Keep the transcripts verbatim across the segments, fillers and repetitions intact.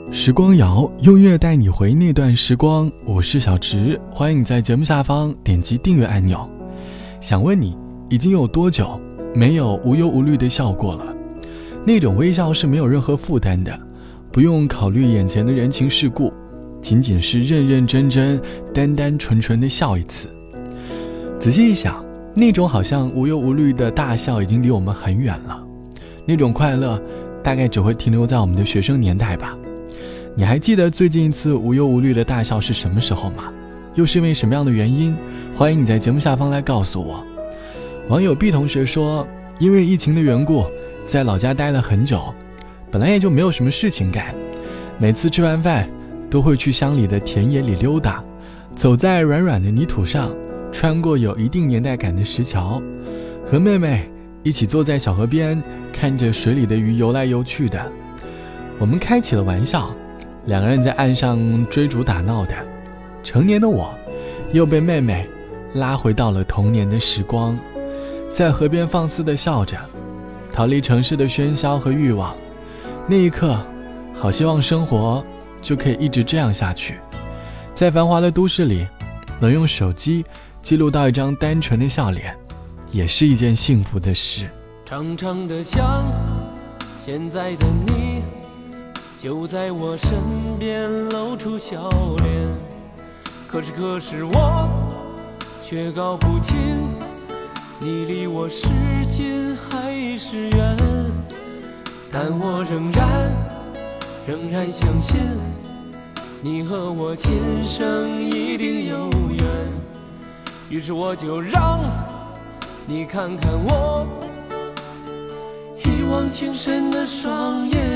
时光谣，用音乐带你回那段时光。我是小直，欢迎你在节目下方点击订阅按钮。想问你，已经有多久没有无忧无虑的笑过了？那种微笑是没有任何负担的，不用考虑眼前的人情世故，仅仅是认认真真、单单纯纯的笑一次。仔细一想，那种好像无忧无虑的大笑已经离我们很远了。那种快乐大概只会停留在我们的学生年代吧。你还记得最近一次无忧无虑的大笑是什么时候吗？又是因为什么样的原因？欢迎你在节目下方来告诉我。网友 B 同学说，因为疫情的缘故，在老家待了很久，本来也就没有什么事情干，每次吃完饭都会去乡里的田野里溜达，走在软软的泥土上，穿过有一定年代感的石桥，和妹妹一起坐在小河边，看着水里的鱼游来游去的。我们开起了玩笑，两个人在岸上追逐打闹的。成年的我又被妹妹拉回到了童年的时光，在河边放肆地笑着，逃离城市的喧嚣和欲望。那一刻，好希望生活就可以一直这样下去，在繁华的都市里，能用手机记录到一张单纯的笑脸，也是一件幸福的事。 长长的想，现在的你就在我身边露出笑脸，可是可是我却搞不清，你离我是近还是远，但我仍然仍然相信，你和我今生一定有缘。于是我就让你看看我一往情深的双眼。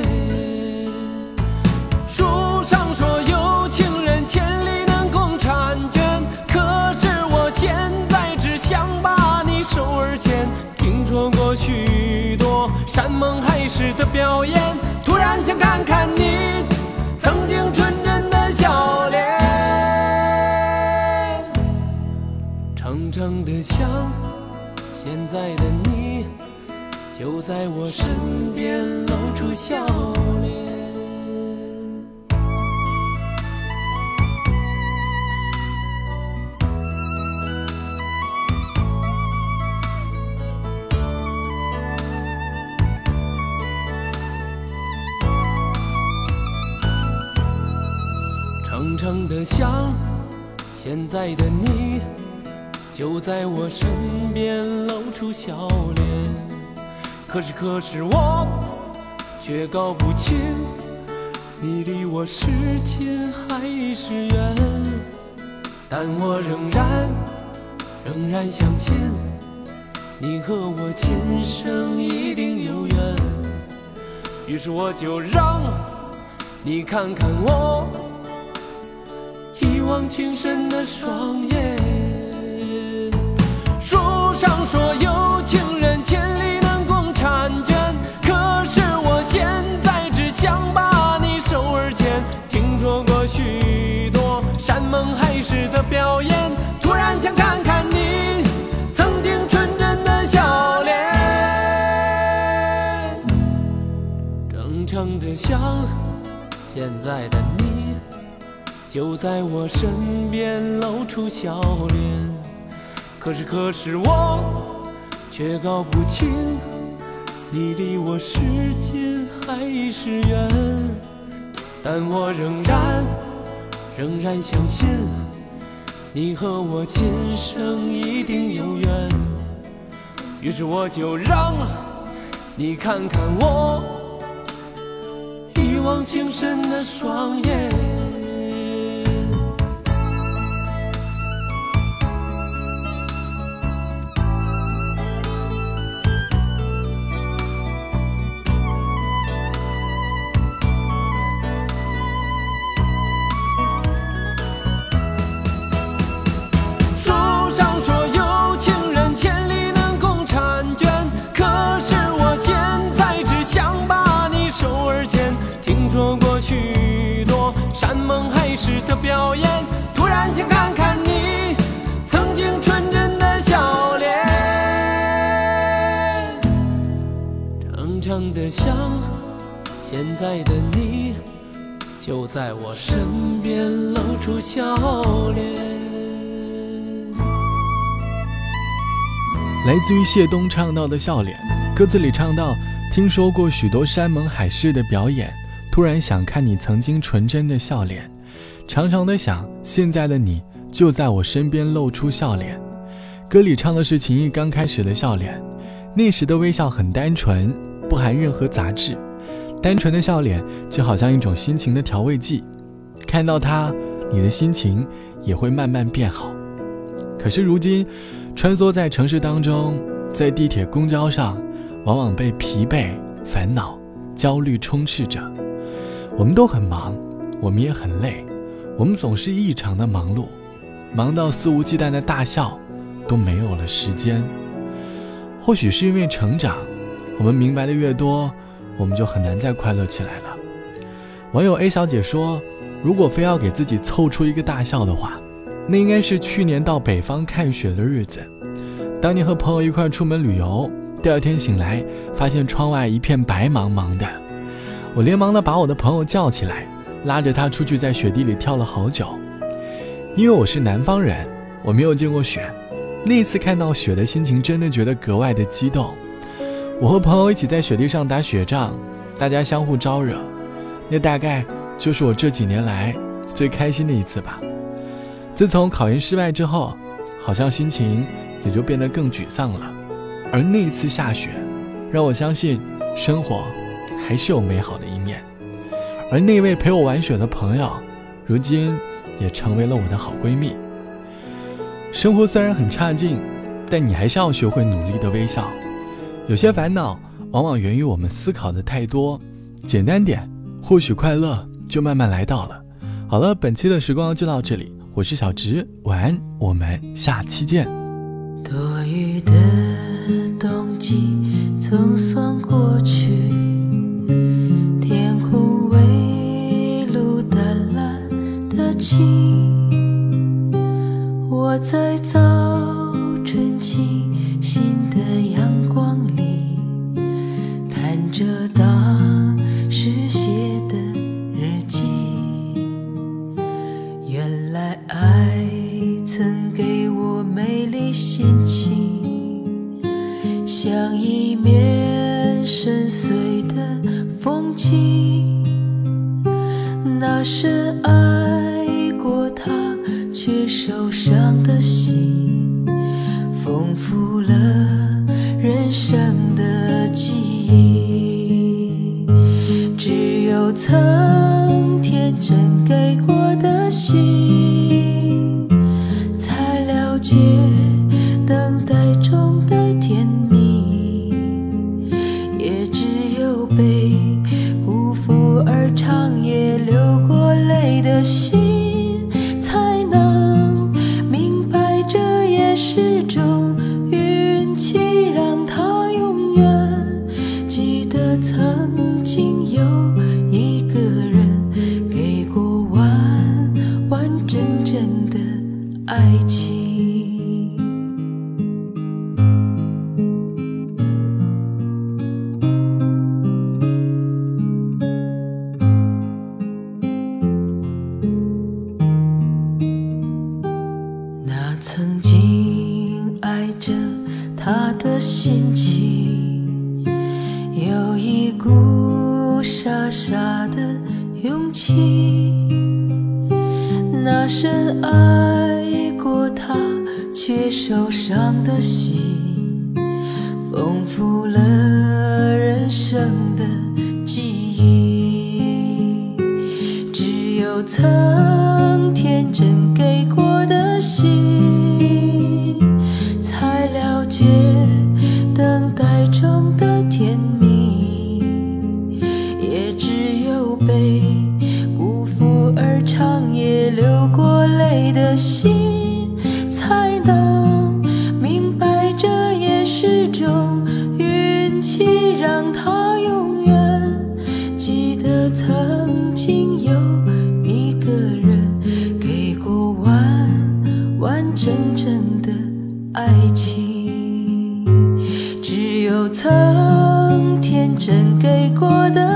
书上说有情人千里能共婵娟，可是我现在只想把你手儿牵。听说过许多山盟海誓的表演，突然想看看你曾经纯真的笑脸。长长的想，现在的你就在我身边露出笑脸。长长的想，现在的你就在我身边露出笑脸，可是可是我却搞不清，你离我是近还是远，但我仍然仍然相信，你和我今生一定有缘。于是我就让你看看我一往情深的双眼。书上说有情人千里能共婵娟，可是我现在只想把你手儿牵。听说过许多山盟海誓的表演，突然想看看你曾经纯真的笑脸。长长的想，现在的你就在我身边露出笑脸，可是可是我却搞不清，你离我是近还是远，但我仍然仍然相信，你和我今生一定有缘。于是我就让你看看我一往情深的双眼。的表演，突然想看看你曾经纯真的笑脸。长长的想，现在的你就就在我身边露出笑脸。 来自于谢东唱到的笑脸，歌词里唱到，听说过许多山盟海誓的表演，突然想看你曾经纯真的笑脸，常常的想现在的你就在我身边露出笑脸。歌里唱的是情谊刚开始的笑脸，那时的微笑很单纯，不含任何杂质，单纯的笑脸就好像一种心情的调味剂，看到它，你的心情也会慢慢变好。可是如今穿梭在城市当中，在地铁公交上，往往被疲惫、烦恼、焦虑充斥着。我们都很忙，我们也很累，我们总是异常的忙碌，忙到肆无忌惮的大笑都没有了时间。或许是因为成长，我们明白的越多，我们就很难再快乐起来了。网友 A 小姐说，如果非要给自己凑出一个大笑的话，那应该是去年到北方看雪的日子。当你和朋友一块出门旅游，第二天醒来发现窗外一片白茫茫的，我连忙的把我的朋友叫起来，拉着他出去在雪地里跳了好久。因为我是南方人，我没有见过雪，那一次看到雪的心情真的觉得格外的激动。我和朋友一起在雪地上打雪仗，大家相互招惹，那大概就是我这几年来最开心的一次吧。自从考研失败之后，好像心情也就变得更沮丧了，而那一次下雪让我相信生活还是有美好的一面。而那位陪我玩雪的朋友，如今也成为了我的好闺蜜。生活虽然很差劲，但你还是要学会努力的微笑。有些烦恼往往源于我们思考的太多，简单点，或许快乐就慢慢来到了。好了，本期的时光就到这里，我是小直，晚安，我们下期见。 多雨的冬季总算过去，天空微露淡蓝的晴，我在早晨清新的阳光里，看着当时写的日记。原来爱曾给我美丽心情，像一面深邃的风景。那是爱过他却受伤的心，丰富了人生的记忆。只有曾天真给过的心，才了解等待中的甜蜜。也只有被辜负而长夜流过泪的心，才能明白这也是种运气，让他永远记得曾经有一个人给过完完整整的爱情。那曾经爱着他的心情，有一股傻傻的勇气。那深爱过他却受伤的心，丰富了人生的记忆。只有曾天真给过的心，才了解等待中的甜蜜。也只有被辜负而长夜流过泪的心，才能明白这也是种运气，让他永远记得曾经有一个人给过完完整整的爱情。只有曾天真给过的